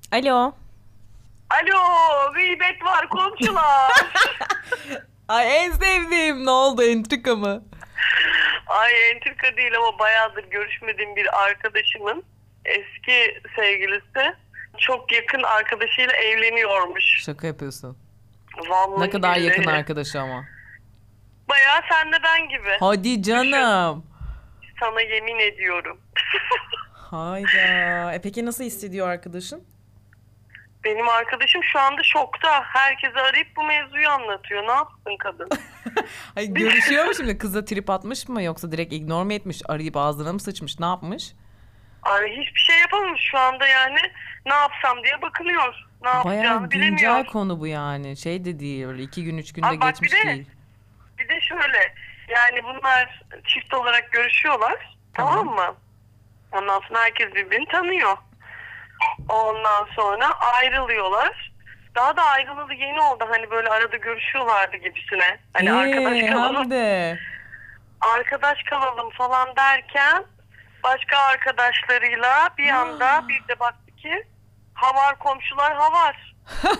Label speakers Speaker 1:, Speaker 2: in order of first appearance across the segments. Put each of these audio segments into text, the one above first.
Speaker 1: Alo.
Speaker 2: Alo, gıybet var komşular.
Speaker 1: Ay en sevdiğim. Ne oldu, entrika mı?
Speaker 2: Ay entrika değil ama bayağıdır görüşmediğim bir arkadaşımın eski sevgilisi çok yakın arkadaşıyla evleniyormuş.
Speaker 1: Şaka yapıyorsun. Ne
Speaker 2: Vallahi
Speaker 1: kadar yakın
Speaker 2: billahi.
Speaker 1: arkadaşı ama.
Speaker 2: Bayağı sen de ben gibi.
Speaker 1: Hadi
Speaker 2: Düşün.
Speaker 1: canım.
Speaker 2: Sana yemin ediyorum.
Speaker 1: Hayda. Peki nasıl hissediyor arkadaşın?
Speaker 2: Benim arkadaşım şu anda şokta. Herkese arayıp bu mevzuyu anlatıyor. Ne yapsın kadın?
Speaker 1: Ay görüşüyor mu şimdi? Kıza trip atmış mı yoksa direkt ignore mu etmiş? Arayıp ağzına mı sıçmış? Ne yapmış?
Speaker 2: Ay hiçbir şey yapamamış şu anda yani. Ne yapsam diye bakınıyor. Ne
Speaker 1: Bayağı
Speaker 2: yapacağını
Speaker 1: güncel
Speaker 2: bilemiyor.
Speaker 1: konu bu yani. Şey de değil. Öyle 2 gün 3 günde
Speaker 2: Abi bak bir
Speaker 1: geçmiş
Speaker 2: de
Speaker 1: değil.
Speaker 2: bir de şöyle yani bunlar çift olarak görüşüyorlar, tamam
Speaker 1: Tamam.
Speaker 2: mı? Ondan sonra herkes birbirini tanıyor. Ondan sonra ayrılıyorlar. Daha da ayrılalı yeni oldu, hani böyle arada görüşüyorlardı gibisine. Hani arkadaş
Speaker 1: Hem
Speaker 2: kalalım,
Speaker 1: de.
Speaker 2: arkadaş kalalım falan derken başka arkadaşlarıyla bir anda bir de baktı ki havar komşular havar.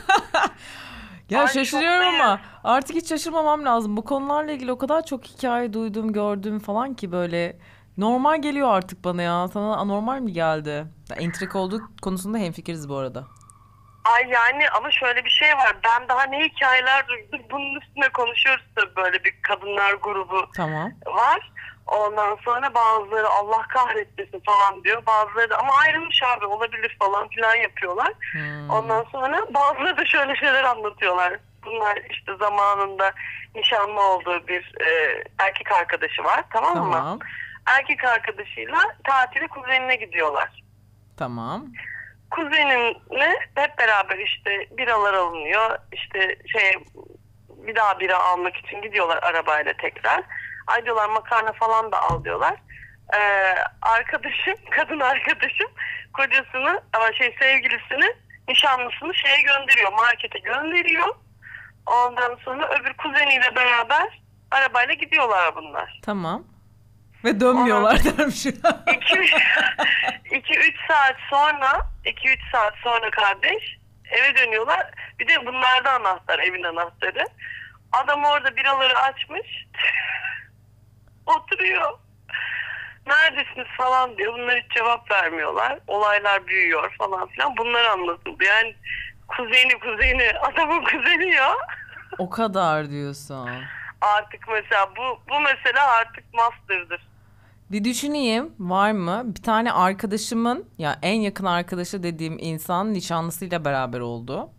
Speaker 1: Ya
Speaker 2: Ay
Speaker 1: şaşırıyorum
Speaker 2: şoktayım.
Speaker 1: ama artık hiç şaşırmamam lazım. Bu konularla ilgili o kadar çok hikaye duydum, gördüm falan ki böyle normal geliyor artık bana ya. Sana anormal mi geldi? Ya, entrika olduğu konusunda hemfikiriz bu arada.
Speaker 2: Ay yani ama şöyle bir şey var. Ben daha ne hikayeler duydum. Bunun üstüne konuşuyoruz tabii, böyle bir kadınlar grubu
Speaker 1: Tamam.
Speaker 2: var. Ondan sonra bazıları Allah kahretmesin falan diyor. Bazıları da ama ayrılmış abi olabilir falan filan yapıyorlar.
Speaker 1: Hmm,
Speaker 2: Ondan sonra bazıları da şöyle şeyler anlatıyorlar. Bunlar işte zamanında nişanlı olduğu bir erkek arkadaşı var, tamam mı?
Speaker 1: tamam.
Speaker 2: Erkek arkadaşıyla tatile kuzenine gidiyorlar.
Speaker 1: Tamam.
Speaker 2: Kuzenimle hep beraber işte biralar alınıyor. İşte bir daha bira almak için gidiyorlar arabayla tekrar. Ay diyorlar makarna falan da al diyorlar. Arkadaşım, kadın arkadaşım kocasını ama sevgilisini, nişanlısını gönderiyor, markete gönderiyor. Ondan sonra öbür kuzeniyle beraber arabayla gidiyorlar bunlar.
Speaker 1: Tamam. Ve
Speaker 2: Ondan
Speaker 1: dönmüyorlar
Speaker 2: sonra
Speaker 1: dermiş.
Speaker 2: 2-3 saat sonra kardeş eve dönüyorlar. Bir de bunlarda anahtar, evin anahtarı. Adam orada biraları açmış. Oturuyor. Neredesiniz falan diyor. Bunlar hiç cevap vermiyorlar. Olaylar büyüyor falan filan. Bunlar anlatıldı. Yani kuzeni adamın kuzeni ya.
Speaker 1: O kadar diyorsun.
Speaker 2: Artık mesela bu mesela artık master'dır.
Speaker 1: Bir düşüneyim var mı? Bir tane arkadaşımın ya en yakın arkadaşı dediğim insan nişanlısıyla beraber oldu.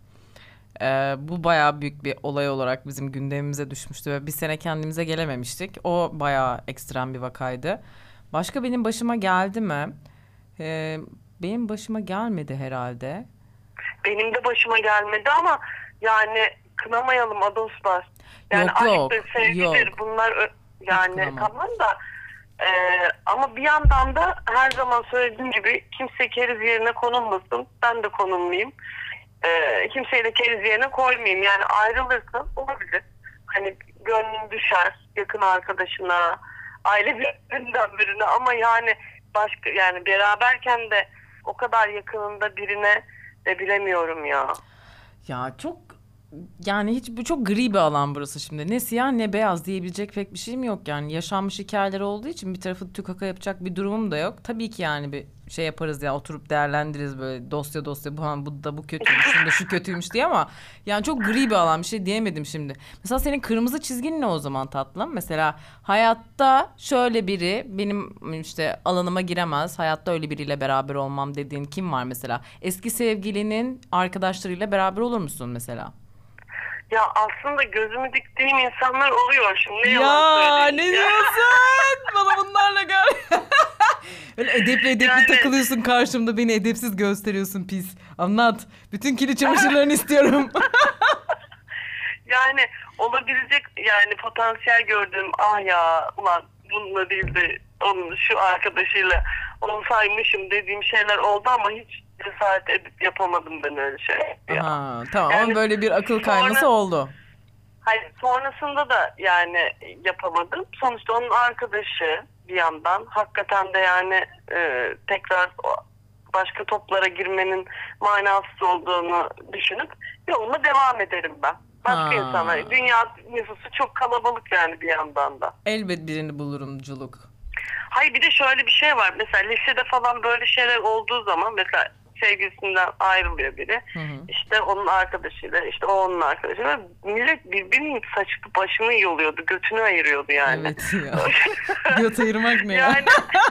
Speaker 1: Bu bayağı büyük bir olay olarak bizim gündemimize düşmüştü ve bir sene kendimize gelememiştik. O bayağı ekstrem bir vakaydı. Başka benim başıma geldi mi? Ee, Benim başıma gelmedi herhalde.
Speaker 2: Benim de başıma gelmedi ama yani kınamayalım adoslar. Yani
Speaker 1: Yok
Speaker 2: aşktır,
Speaker 1: yok
Speaker 2: sevgidir
Speaker 1: yok.
Speaker 2: bunlar
Speaker 1: Hiç
Speaker 2: yani
Speaker 1: kınamam.
Speaker 2: tamam da e, ama bir yandan da her zaman söylediğim gibi kimse keriz yerine konulmasın. Ben de konulmayayım. Kimseyi de keriz yerine koymayayım. Yani ayrılırsın olabilir. Hani gönlün düşer yakın arkadaşına, aile büyüklerinden birine ama yani başka yani beraberken de o kadar yakınında birine de bilemiyorum ya.
Speaker 1: Ya çok yani hiç bu çok gri bir alan burası şimdi. Ne siyah ne beyaz diyebilecek pek bir şeyim yok yani. Yaşanmış hikayeler olduğu için bir tarafı tükaka yapacak bir durumum da yok. Tabii ki yani bir şey yaparız ya oturup değerlendiririz böyle dosya dosya bu bu da bu kötüymüş, şunda şu kötüymüş diye ama yani çok gri bir alan bir şey diyemedim şimdi. Mesela senin kırmızı çizgin ne o zaman tatlım? Mesela hayatta şöyle biri benim işte alanıma giremez. Hayatta öyle biriyle beraber olmam dediğin kim var mesela? Eski sevgilinin arkadaşlarıyla beraber olur musun mesela?
Speaker 2: Ya aslında gözümü diktiğim insanlar oluyor. Şimdi ne yalan
Speaker 1: Ya
Speaker 2: söyleyeyim
Speaker 1: ne
Speaker 2: ya.
Speaker 1: diyorsun? Bana bunlarla gel. Öyle edepli edepli
Speaker 2: Yani
Speaker 1: takılıyorsun karşımda beni edepsiz gösteriyorsun pis. Anlat. Bütün kirli çamaşırlarını istiyorum.
Speaker 2: yani olabilecek yani potansiyel gördüğüm ah ya ulan bununla değil de onun şu arkadaşıyla olsaymışım dediğim şeyler oldu ama hiç cesaret edip yapamadım ben öyle şey ya.
Speaker 1: Aha tamam ama
Speaker 2: Yani
Speaker 1: böyle bir akıl
Speaker 2: sonra
Speaker 1: kayması oldu.
Speaker 2: hayır sonrasında da yani yapamadım. Sonuçta onun arkadaşı bir yandan hakikaten de yani tekrar başka toplara girmenin manasız olduğunu düşünüp yoluma devam ederim ben. Başka insanlar. Dünya nüfusu çok kalabalık yani bir yandan da.
Speaker 1: Elbet birini bulurumculuk.
Speaker 2: Hayır bir de şöyle bir şey var. Mesela lisede falan böyle şeyler olduğu zaman mesela sevgilisinden ayrılıyor biri. İşte onun arkadaşıyla, işte o onun arkadaşıyla. Millet birbirinin saçını başını yoluyordu, götünü ayırıyordu yani.
Speaker 1: Evet ya. Göt ayırmak ne ya?
Speaker 2: Yani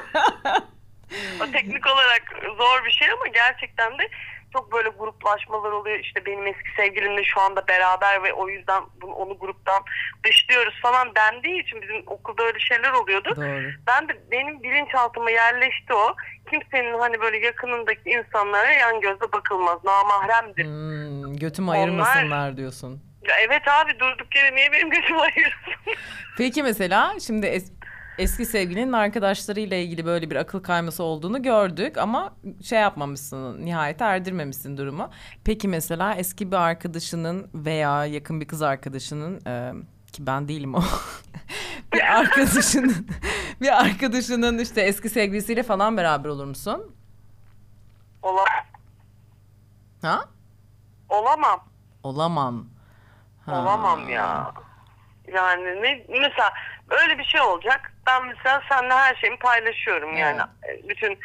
Speaker 2: o teknik olarak zor bir şey ama gerçekten de çok böyle gruplaşmalar oluyor. İşte benim eski sevgilimle şu anda beraber ve o yüzden onu gruptan dışlıyoruz falan dendiği için bizim okulda öyle şeyler oluyordu.
Speaker 1: Doğru.
Speaker 2: Benim bilinçaltıma yerleşti o. Kimsenin hani böyle yakınındaki insanlara yan gözle bakılmaz. Namahremdir.
Speaker 1: Götümü ayırmasınlar diyorsun.
Speaker 2: Ya evet abi durduk yere niye benim götümü ayırıyorsun?
Speaker 1: Peki mesela şimdi eski sevgilinin arkadaşlarıyla ilgili böyle bir akıl kayması olduğunu gördük ama şey yapmamışsın, nihayete erdirmemişsin durumu. Peki mesela eski bir arkadaşının veya yakın bir kız arkadaşının ki ben değilim o bir arkadaşının işte eski sevgilisiyle falan beraber olur musun? Ha?
Speaker 2: Olamam.
Speaker 1: Olamam.
Speaker 2: Olamam ya. Yani mesela öyle bir şey olacak. Ben mesela seninle her şeyimi paylaşıyorum yani. Bütün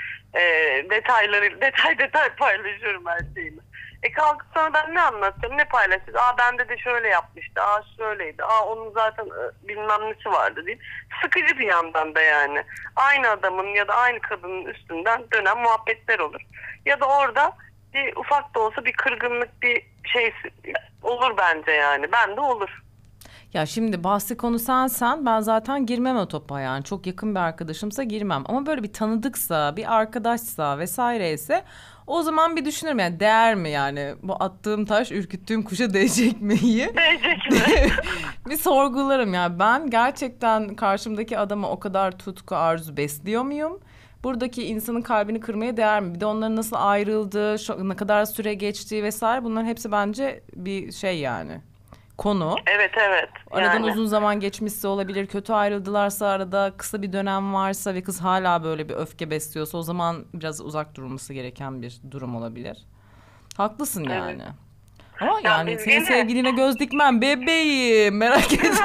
Speaker 2: detay paylaşıyorum her şeyimi. Kalkıp sonra ben ne anlatacağım, ne paylaşacağım? Bende de şöyle yapmıştı, şöyleydi, onun zaten bilmem nesi vardı deyip sıkıcı bir yandan da yani. Aynı adamın ya da aynı kadının üstünden dönen muhabbetler olur. Ya da orada bir ufak da olsa bir kırgınlık, bir şey olur bence yani. Bende olur.
Speaker 1: Ya şimdi bahsi konu sensen ben zaten girmem o topa yani. Çok yakın bir arkadaşımsa girmem. Ama böyle bir tanıdıksa, bir arkadaşsa vesaireyse o zaman bir düşünürüm yani değer mi yani? Bu attığım taş ürküttüğüm kuşa değecek mi?
Speaker 2: Değecek mi?
Speaker 1: Bir sorgularım ya. Ben gerçekten karşımdaki adama o kadar tutku, arzu besliyor muyum? Buradaki insanın kalbini kırmaya değer mi? Bir de onların nasıl ayrıldığı, ne kadar süre geçtiği vesaire bunların hepsi bence bir şey yani. Konu.
Speaker 2: Evet.
Speaker 1: Aradan
Speaker 2: yani.
Speaker 1: uzun zaman geçmişse olabilir. Kötü ayrıldılarsa arada kısa bir dönem varsa ve kız hala böyle bir öfke besliyorsa o zaman biraz uzak durulması gereken bir durum olabilir. Haklısın yani.
Speaker 2: Evet.
Speaker 1: Ama yani senin sevgiline göz dikmem bebeğim merak etme.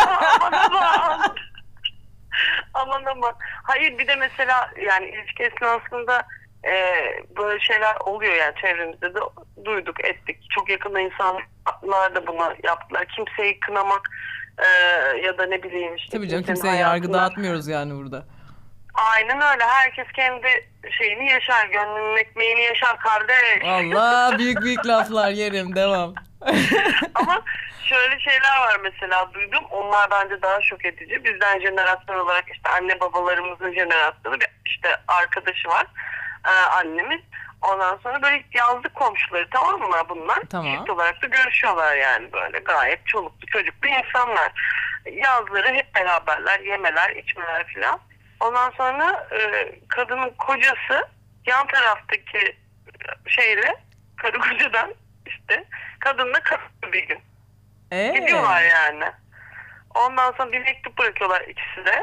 Speaker 2: Aman. Hayır bir de mesela yani ilişki esnasında böyle şeyler oluyor yani çevremizde de duyduk ettik. Çok yakın insanlar da bunu yaptılar. Kimseyi kınamak ya da ne bileyim işte.
Speaker 1: Tabii canım kimseye yargı dağıtmıyoruz yani burada.
Speaker 2: Aynen öyle. Herkes kendi şeyini yaşar. Gönlünün ekmeğini yaşar kardeş.
Speaker 1: Allah büyük laflar yerim devam.
Speaker 2: Ama şöyle şeyler var mesela duydum. Onlar bence daha şok edici. Bizden jenerasyon olarak işte anne babalarımızın jenerasyonu işte arkadaşı var. Annemiz. Ondan sonra böyle yazlık komşuları tamam mı bunlar?
Speaker 1: Tamam.
Speaker 2: Çift olarak da görüşüyorlar yani böyle gayet çoluklu çocuklu insanlar. Yazları hep beraberler, yemeler, içmeler filan. Ondan sonra kadının kocası yan taraftaki karı kocadan işte kadınla kalıyor bir gün. Gidiyorlar yani. Ondan sonra bir mektup bırakıyorlar ikisi de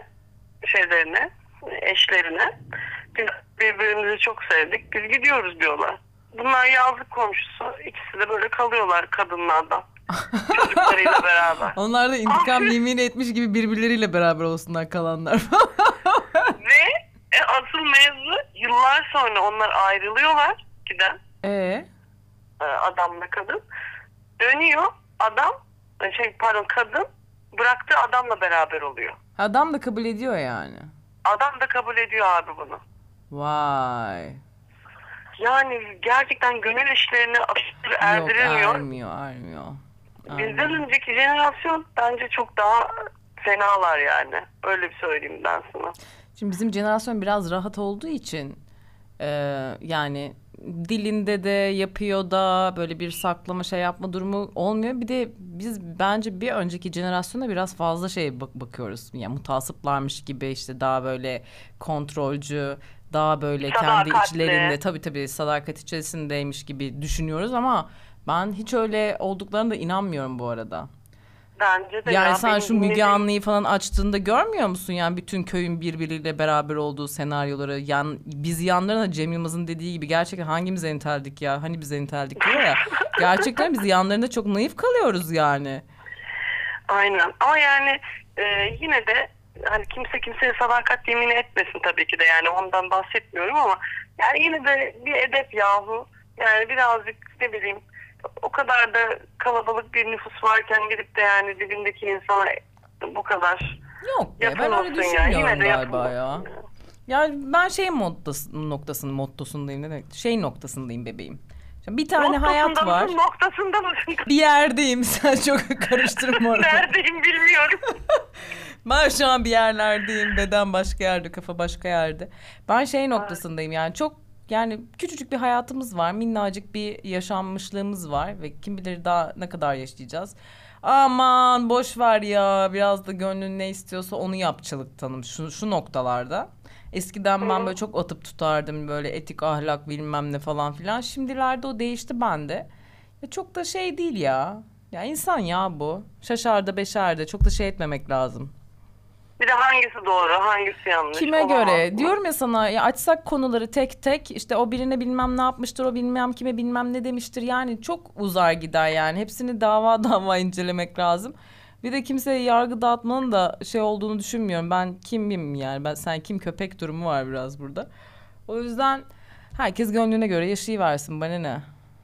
Speaker 2: eşlerine. Biz birbirimizi çok sevdik. Biz gidiyoruz diyorlar. Bunlar yazlık komşusu. İkisi de böyle kalıyorlar kadınlardan. Çocuklarıyla beraber.
Speaker 1: Onlar da intikam yemin etmiş gibi birbirleriyle beraber olsunlar kalanlar.
Speaker 2: Ve asıl mevzu yıllar sonra onlar ayrılıyorlar giden. Adamla kadın. Dönüyor adam kadın bıraktığı adamla beraber oluyor.
Speaker 1: Adam da kabul ediyor yani.
Speaker 2: Adam da kabul ediyor abi bunu.
Speaker 1: Vay.
Speaker 2: Yani gerçekten gönül işlerini aşırı erdiremiyor.
Speaker 1: Ermiyor.
Speaker 2: Bizden önceki jenerasyon bence çok daha fenalar yani. Öyle bir söyleyeyim ben sana.
Speaker 1: Şimdi bizim jenerasyon biraz rahat olduğu için yani dilinde de yapıyor da böyle bir saklama yapma durumu olmuyor. Bir de biz bence bir önceki jenerasyona biraz fazla bakıyoruz. Yani mutasıplarmış gibi işte daha böyle kontrolcü, daha böyle
Speaker 2: sadakatli.
Speaker 1: Kendi içlerinde tabii sadakat içerisindeymiş gibi düşünüyoruz ama ben hiç öyle olduklarına da inanmıyorum bu arada.
Speaker 2: Bence de
Speaker 1: Yani
Speaker 2: ya.
Speaker 1: sen şu
Speaker 2: Benim
Speaker 1: Müge
Speaker 2: dinlediğim
Speaker 1: Anlı'yı falan açtığında görmüyor musun? Yani bütün köyün birbiriyle beraber olduğu senaryoları. Yani biz yanlarına Cem Yılmaz'ın dediği gibi gerçekten hangimiz enteldik ya? Hani biz enteldik diyor ya. Gerçekten biz yanlarında çok naif kalıyoruz yani.
Speaker 2: aynen. Ama yani yine de hani kimse kimseye sadakat yemini etmesin tabii ki de, yani ondan bahsetmiyorum ama yani yine de bir edep yahu. Yani birazcık ne bileyim, o kadar da kalabalık bir nüfus varken gidip de yani dibindeki insana bu kadar
Speaker 1: Yok be, ben öyle
Speaker 2: yapılmasın ya. Yine
Speaker 1: düşünmüyorum
Speaker 2: de
Speaker 1: galiba ya.
Speaker 2: yapılmasın ya.
Speaker 1: Yani ben şey mottosundayım. Ne demek? Şey noktasındayım bebeğim. Şimdi bir tane hayat
Speaker 2: Noktasında
Speaker 1: var.
Speaker 2: mısın, noktasında mısın?
Speaker 1: Bir yerdeyim. Sen çok karıştırma orada.
Speaker 2: Neredeyim bilmiyorum.
Speaker 1: Ben şu an bir yerlerdeyim. Beden başka yerde, kafa başka yerde. Ben şey noktasındayım yani çok, yani küçücük bir hayatımız var. Minnacık bir yaşanmışlığımız var ve kim bilir daha ne kadar yaşayacağız. Aman boş ver ya, biraz da gönlün ne istiyorsa onu yapçılıktanım şu noktalarda. Eskiden ben böyle çok atıp tutardım, böyle etik ahlak bilmem ne falan filan. Şimdilerde o değişti bende. Ya çok da şey değil ya. Ya insan ya bu. Şaşarda beşerde çok da şey etmemek lazım.
Speaker 2: Bir de hangisi doğru, hangisi yanlış?
Speaker 1: Kime
Speaker 2: Olamaz
Speaker 1: göre?
Speaker 2: mı?
Speaker 1: Diyorum ya sana, ya açsak konuları tek tek, işte o birine bilmem ne yapmıştır, o bilmem kime bilmem ne demiştir. Yani çok uzar gider yani. Hepsini dava dava incelemek lazım. Bir de kimseye yargı dağıtmanın da şey olduğunu düşünmüyorum. Ben kimim yani? Sen kim köpek durumu var biraz burada. O yüzden herkes gönlüne göre yaşayıversin, bana ne?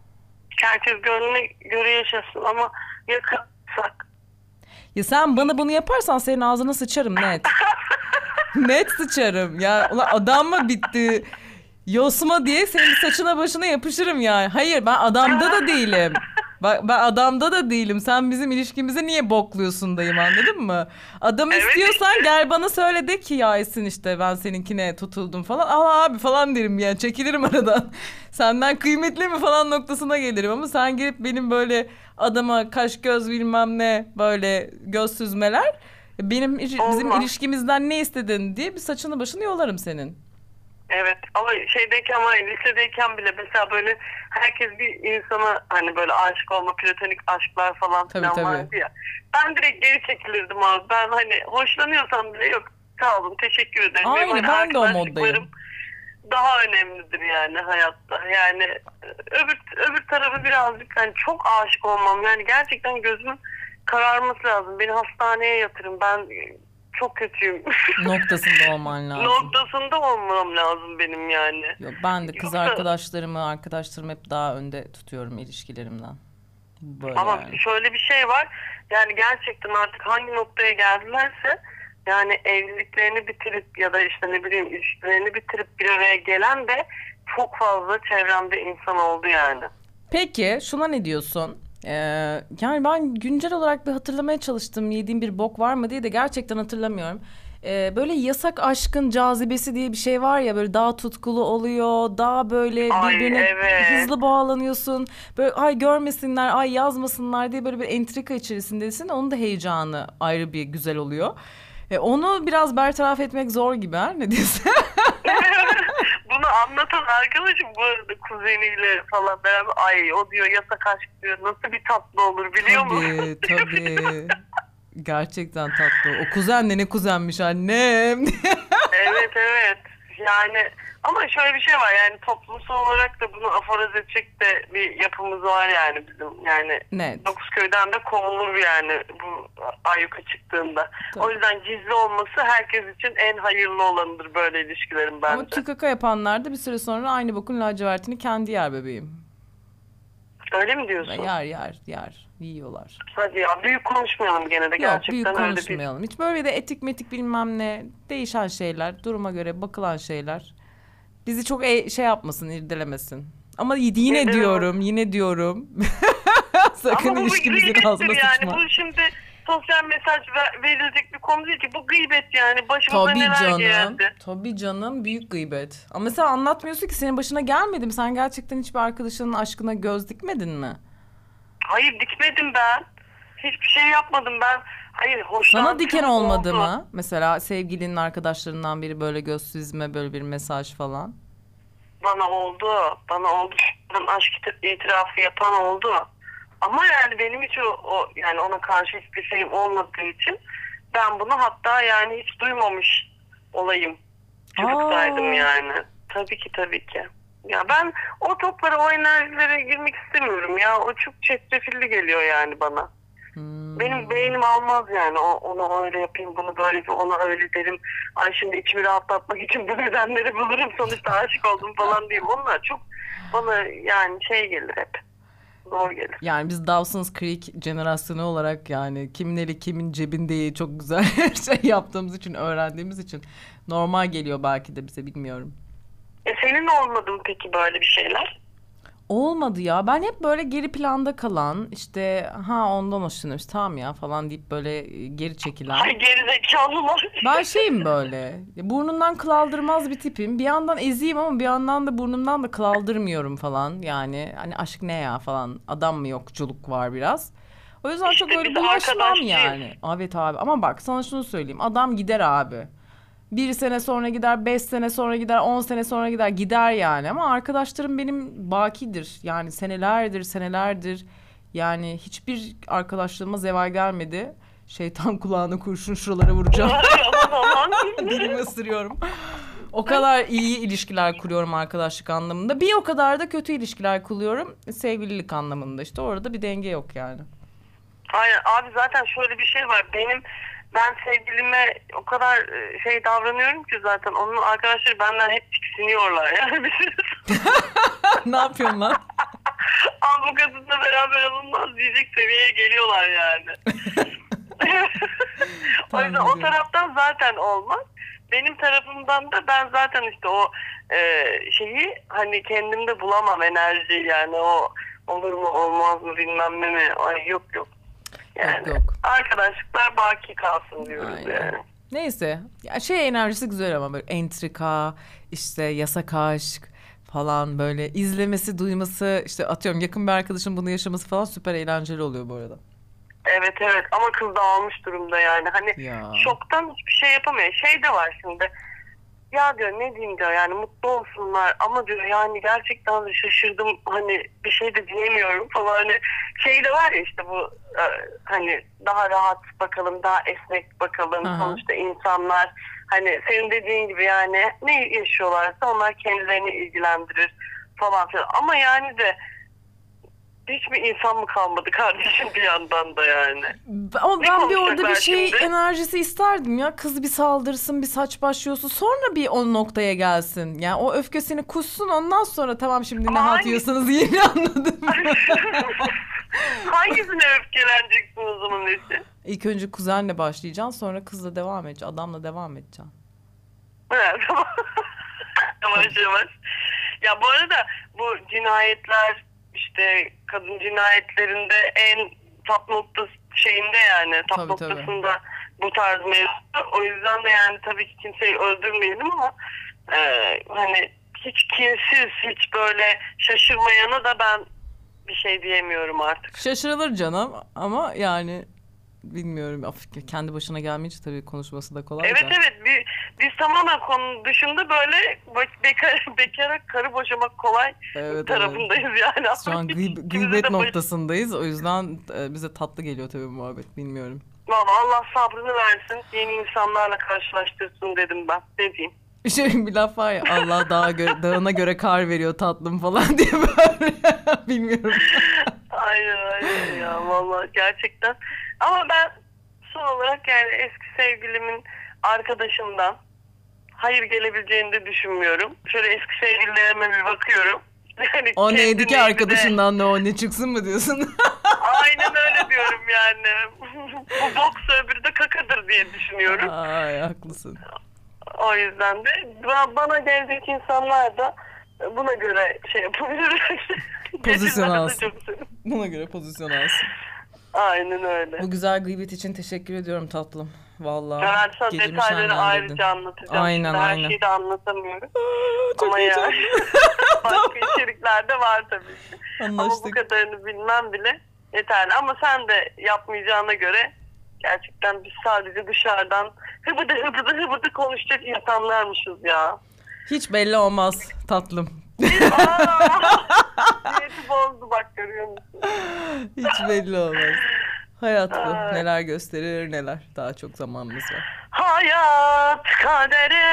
Speaker 2: Herkes gönlüne göre yaşasın ama yakınsak.
Speaker 1: Ya sen bana bunu yaparsan senin ağzına sıçarım net. Net sıçarım. Ya ulan adam mı bitti? Yosma diye senin saçına başına yapışırım yani. Hayır, ben adamda da değilim. Bak ben adamda da değilim. Sen bizim ilişkimizi niye bokluyorsun dayım, anladın mı? Adam
Speaker 2: Evet
Speaker 1: istiyorsan
Speaker 2: işte.
Speaker 1: gel bana söyle, de ki ya Esin işte ben seninkine tutuldum falan. Al abi falan derim yani, çekilirim aradan. Senden kıymetli mi falan noktasına gelirim ama sen gelip benim böyle adama kaş göz bilmem ne böyle göz süzmeler, bizim
Speaker 2: Olmaz.
Speaker 1: ilişkimizden ne istedin diye bir saçını başını yolarım senin.
Speaker 2: Evet ama şeydeyken, ama lisedeyken bile mesela böyle herkes bir insana hani böyle aşık olma, platonik aşklar falan
Speaker 1: Tabii
Speaker 2: filan
Speaker 1: tabii.
Speaker 2: vardı ya. Ben direkt geri çekilirdim abi. Ben hani hoşlanıyorsam bile yok, sağ olun, teşekkür ederim. Benim
Speaker 1: Aynı,
Speaker 2: hani
Speaker 1: ben de o
Speaker 2: arkadaşlıklarım
Speaker 1: moddayım.
Speaker 2: daha önemlidir yani hayatta. Yani öbür tarafı birazcık hani çok aşık olmam. Yani gerçekten gözümün kararması lazım. Beni hastaneye yatırın. Ben çok kötüyüm.
Speaker 1: Noktasında olman lazım.
Speaker 2: Noktasında olmam lazım benim yani.
Speaker 1: Yok, ben de kız
Speaker 2: Yoksa,
Speaker 1: arkadaşlarımı hep daha önde tutuyorum ilişkilerimden. Böyle
Speaker 2: ama
Speaker 1: yani.
Speaker 2: şöyle bir şey var. Yani gerçekten artık hangi noktaya geldilerse, yani evliliklerini bitirip ya da işte ne bileyim ilişkilerini bitirip bir araya gelen de çok fazla çevremde insan oldu yani.
Speaker 1: Peki şuna ne diyorsun? Yani ben güncel olarak bir hatırlamaya çalıştım, yediğim bir bok var mı diye de gerçekten hatırlamıyorum. Böyle yasak aşkın cazibesi diye bir şey var ya, böyle daha tutkulu oluyor, daha böyle
Speaker 2: Ay
Speaker 1: birbirine
Speaker 2: evet.
Speaker 1: hızlı bağlanıyorsun. Böyle ay görmesinler, ay yazmasınlar diye böyle bir entrika içerisindesin. Onun da heyecanı ayrı bir güzel oluyor. Onu biraz bertaraf etmek zor gibi, ha? Ne diyorsun?
Speaker 2: Bunu anlatan arkadaşım bu arada kuzeniyle falan beraber, ay o diyor yasak aşk diyor, nasıl bir tatlı olur biliyor musun?
Speaker 1: Tabii tabii. Gerçekten tatlı. O kuzen de ne kuzenmiş annem.
Speaker 2: Evet evet, yani ama şöyle bir şey var, yani toplumsal olarak da bunu aforoz edecek de bir yapımız var yani bizim, yani
Speaker 1: Net.
Speaker 2: Dokuzköy'den de kovulur yani bu ayyuka çıktığında.
Speaker 1: Tabii.
Speaker 2: O yüzden gizli olması herkes için en hayırlı olanıdır böyle ilişkilerin
Speaker 1: Ama
Speaker 2: bence.
Speaker 1: tükaka yapanlar da bir süre sonra aynı bokun lacivertini kendi yer bebeğim.
Speaker 2: Öyle mi diyorsun?
Speaker 1: Yer. Yiyorlar.
Speaker 2: Hadi ya, büyük konuşmayalım gene de,
Speaker 1: Yok,
Speaker 2: gerçekten
Speaker 1: büyük
Speaker 2: öyle bir.
Speaker 1: konuşmayalım. Hiç böyle de etik metik bilmem ne, değişen şeyler, duruma göre bakılan şeyler. Bizi çok şey yapmasın, irdelemesin. Ama yine
Speaker 2: Neden
Speaker 1: diyorum, yine diyorum. Sakın
Speaker 2: Ama bu
Speaker 1: ilişkimizin
Speaker 2: gıybettir
Speaker 1: ağzına
Speaker 2: yani.
Speaker 1: sıçma.
Speaker 2: Bu şimdi sosyal mesaj verilecek bir konu değil ki. Bu gıybet yani. Başımıza
Speaker 1: Tabii
Speaker 2: neler
Speaker 1: canım.
Speaker 2: geldi.
Speaker 1: Tabii canım, büyük gıybet. Ama sen anlatmıyorsun ki, senin başına gelmedi mi? Sen gerçekten hiçbir arkadaşının aşkına göz dikmedin mi?
Speaker 2: Hayır, dikmedim ben. Hiçbir şey yapmadım ben. Hayır,
Speaker 1: Sana diken
Speaker 2: hoşlantım
Speaker 1: olmadı
Speaker 2: oldu.
Speaker 1: mı? Mesela sevgilinin arkadaşlarından biri böyle göz süzme, böyle bir mesaj falan.
Speaker 2: Bana oldu. Bana oldu. Aşk itirafı yapan oldu. Ama yani benim hiç yani ona karşı hiçbir şeyim olmadığı için ben bunu hatta yani hiç duymamış olayım. Çocuktaydım yani. Tabii ki tabii ki. Ya ben o toplara, o enerjilere girmek istemiyorum ya. O çok çetrefilli geliyor yani bana. Benim beynim almaz yani. Onu öyle yapayım, bunu böyle, ona öyle derim. Ay şimdi içimi rahatlatmak için bu nedenleri bulurum. Sonuçta aşık oldum falan diyeyim. Onlar çok bana yani şey gelir hep. Zor gelir.
Speaker 1: Yani biz Dawson's Creek jenerasyonu olarak yani kimin eli kimin cebindeyi çok güzel şey yaptığımız için, öğrendiğimiz için normal geliyor belki de bize, bilmiyorum.
Speaker 2: Senin olmadı mı peki böyle bir şeyler?
Speaker 1: Olmadı ya. Ben hep böyle geri planda kalan, işte ondan hoşlanıyoruz tamam ya falan deyip böyle geri çekilen.
Speaker 2: Ay gerizekalılar.
Speaker 1: Ben şeyim böyle. Burnundan kıl aldırmaz bir tipim. Bir yandan eziyim ama bir yandan da burnumdan da kıl aldırmıyorum falan. Yani hani aşk ne ya falan. Adam mı yokculuk var biraz. O yüzden
Speaker 2: İşte
Speaker 1: çok öyle
Speaker 2: biz
Speaker 1: bulaşmam
Speaker 2: arkadaşlıyız.
Speaker 1: yani. Evet abi, ama bak sana şunu söyleyeyim. Adam gider abi. 1 sene sonra gider, 5 sene sonra gider, 10 sene sonra gider yani. Ama arkadaşlarım benim bakidir. Yani senelerdir. Yani hiçbir arkadaşlığıma zeval gelmedi. Şeytan kulağına kurşun, şuralara vuracağım.
Speaker 2: Aman.
Speaker 1: Dilimi ısırıyorum. O kadar iyi ilişkiler kuruyorum arkadaşlık anlamında. Bir o kadar da kötü ilişkiler kuruyorum sevgililik anlamında. İşte orada bir denge yok yani.
Speaker 2: Aynen abi, zaten şöyle bir şey var. Ben sevgilime o kadar şey davranıyorum ki zaten onun arkadaşları benden hep tiksiniyorlar yani.
Speaker 1: Ne yapıyorsun lan?
Speaker 2: Ama bu kadınla beraber olunmaz diyecek seviyeye geliyorlar yani. O yüzden o taraftan zaten olmaz. Benim tarafımdan da ben zaten işte o şeyi hani kendimde bulamam, enerjiyi yani, o olur mu olmaz mı bilmem ne mi, ay yok. Yani
Speaker 1: yok.
Speaker 2: arkadaşlıklar baki kalsın diyoruz.
Speaker 1: Aynen.
Speaker 2: Yani.
Speaker 1: Neyse. Ya şey enerjisi güzel ama böyle entrika, işte yasak aşk falan, böyle izlemesi, duyması, işte atıyorum yakın bir arkadaşın bunu yaşaması falan süper eğlenceli oluyor bu arada.
Speaker 2: Evet ama kız da almış durumda yani. Hani
Speaker 1: Ya.
Speaker 2: şoktan hiçbir şey yapamıyor. Şey de var şimdi. Ya diyor ne diyeyim diyor yani, mutlu olsunlar ama diyor yani gerçekten de şaşırdım, hani bir şey de diyemiyorum falan, hani şey de var ya işte bu hani daha rahat bakalım, daha esnek bakalım.
Speaker 1: Aha.
Speaker 2: Sonuçta insanlar hani senin dediğin gibi yani ne yaşıyorlarsa onlar kendilerini ilgilendirir falan filan, ama yani de hiçbir insan mı kalmadı kardeşim bir yandan da yani.
Speaker 1: Ama
Speaker 2: Ne
Speaker 1: ben bir orada bir
Speaker 2: konuşacaklar
Speaker 1: şey
Speaker 2: şimdi?
Speaker 1: enerjisi isterdim ya. Kız bir saldırsın, bir saç baş yolsun, sonra bir o noktaya gelsin. Yani o öfkesini kussun, ondan sonra tamam şimdi
Speaker 2: Ama
Speaker 1: ne halt
Speaker 2: hangi-
Speaker 1: yiyorsanız yiyin, anladın mı?
Speaker 2: Hangisine öfkeleneceksin o zaman Nesin?
Speaker 1: İlk önce kuzenle başlayacaksın, sonra kızla devam edeceksin, adamla devam edeceksin.
Speaker 2: Evet, tamam. Yavaş. Ya bu arada bu cinayetler, işte kadın cinayetlerinde en top noktası şeyinde yani top
Speaker 1: Tabii.
Speaker 2: noktasında bu tarz mevzu. O yüzden de yani tabii ki kimseyi öldürmeyelim ama hani hiç kinsiz, hiç böyle şaşırmayana da ben bir şey diyemiyorum artık.
Speaker 1: Şaşırılır canım ama yani bilmiyorum, kendi başına gelmeyince tabii konuşması da kolay
Speaker 2: Evet
Speaker 1: da.
Speaker 2: biz tamamen konu dışında böyle bekara karı boşamak kolay
Speaker 1: Evet.
Speaker 2: tarafındayız yani.
Speaker 1: Şu an gıybet noktasındayız, o yüzden bize tatlı geliyor tabii muhabbet, bilmiyorum.
Speaker 2: Valla Allah sabrını versin, yeni insanlarla karşılaştırsın dedim ben. Ne diyeyim?
Speaker 1: Bir laf var ya, Allah dağına göre kar veriyor tatlım falan diye, böyle bilmiyorum.
Speaker 2: Aynen ya, valla gerçekten. Ama ben son olarak yani eski sevgilimin arkadaşından hayır gelebileceğini de düşünmüyorum. Şöyle eski sevgililerime bir bakıyorum. Yani
Speaker 1: O neydi ki
Speaker 2: kendine
Speaker 1: arkadaşından ne o ne çıksın mı diyorsun?
Speaker 2: Aynen öyle diyorum yani. Bu boks, öbürü de kakadır diye düşünüyorum.
Speaker 1: Ay haklısın.
Speaker 2: O yüzden de bana gelecek insanlar da buna göre şey yapabilir.
Speaker 1: Pozisyon
Speaker 2: Geçenlerde
Speaker 1: alsın.
Speaker 2: çok sevdim.
Speaker 1: Buna göre pozisyon alsın.
Speaker 2: Aynen öyle.
Speaker 1: Bu güzel gıybet için teşekkür ediyorum tatlım. Vallahi
Speaker 2: Ben sana
Speaker 1: gecemi
Speaker 2: detayları
Speaker 1: şenlendirdin.
Speaker 2: ayrıca anlatacağım.
Speaker 1: Aynen,
Speaker 2: Şimdi
Speaker 1: aynen.
Speaker 2: her şeyi de anlatamıyorum.
Speaker 1: Çok
Speaker 2: Ama yani
Speaker 1: heyecanlı.
Speaker 2: başka içerikler de var tabii ki. Ama bu
Speaker 1: Anlaştık.
Speaker 2: kadarını bilmem bile yeterli. Ama sen de yapmayacağına göre gerçekten biz sadece dışarıdan hıbıdı konuşacak insanlarmışız ya.
Speaker 1: Hiç belli olmaz tatlım.
Speaker 2: Niyeti bozdu bak, görüyor musun?
Speaker 1: Hiç belli olmaz. Hayat bu. Neler gösterir neler. Daha çok zamanımız var.
Speaker 2: Hayat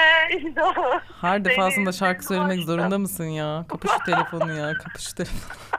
Speaker 2: kadere.
Speaker 1: Her defasında şarkı söylemek zorunda mısın ya? Kapı şu telefonu ya. Kapı şu telefonu.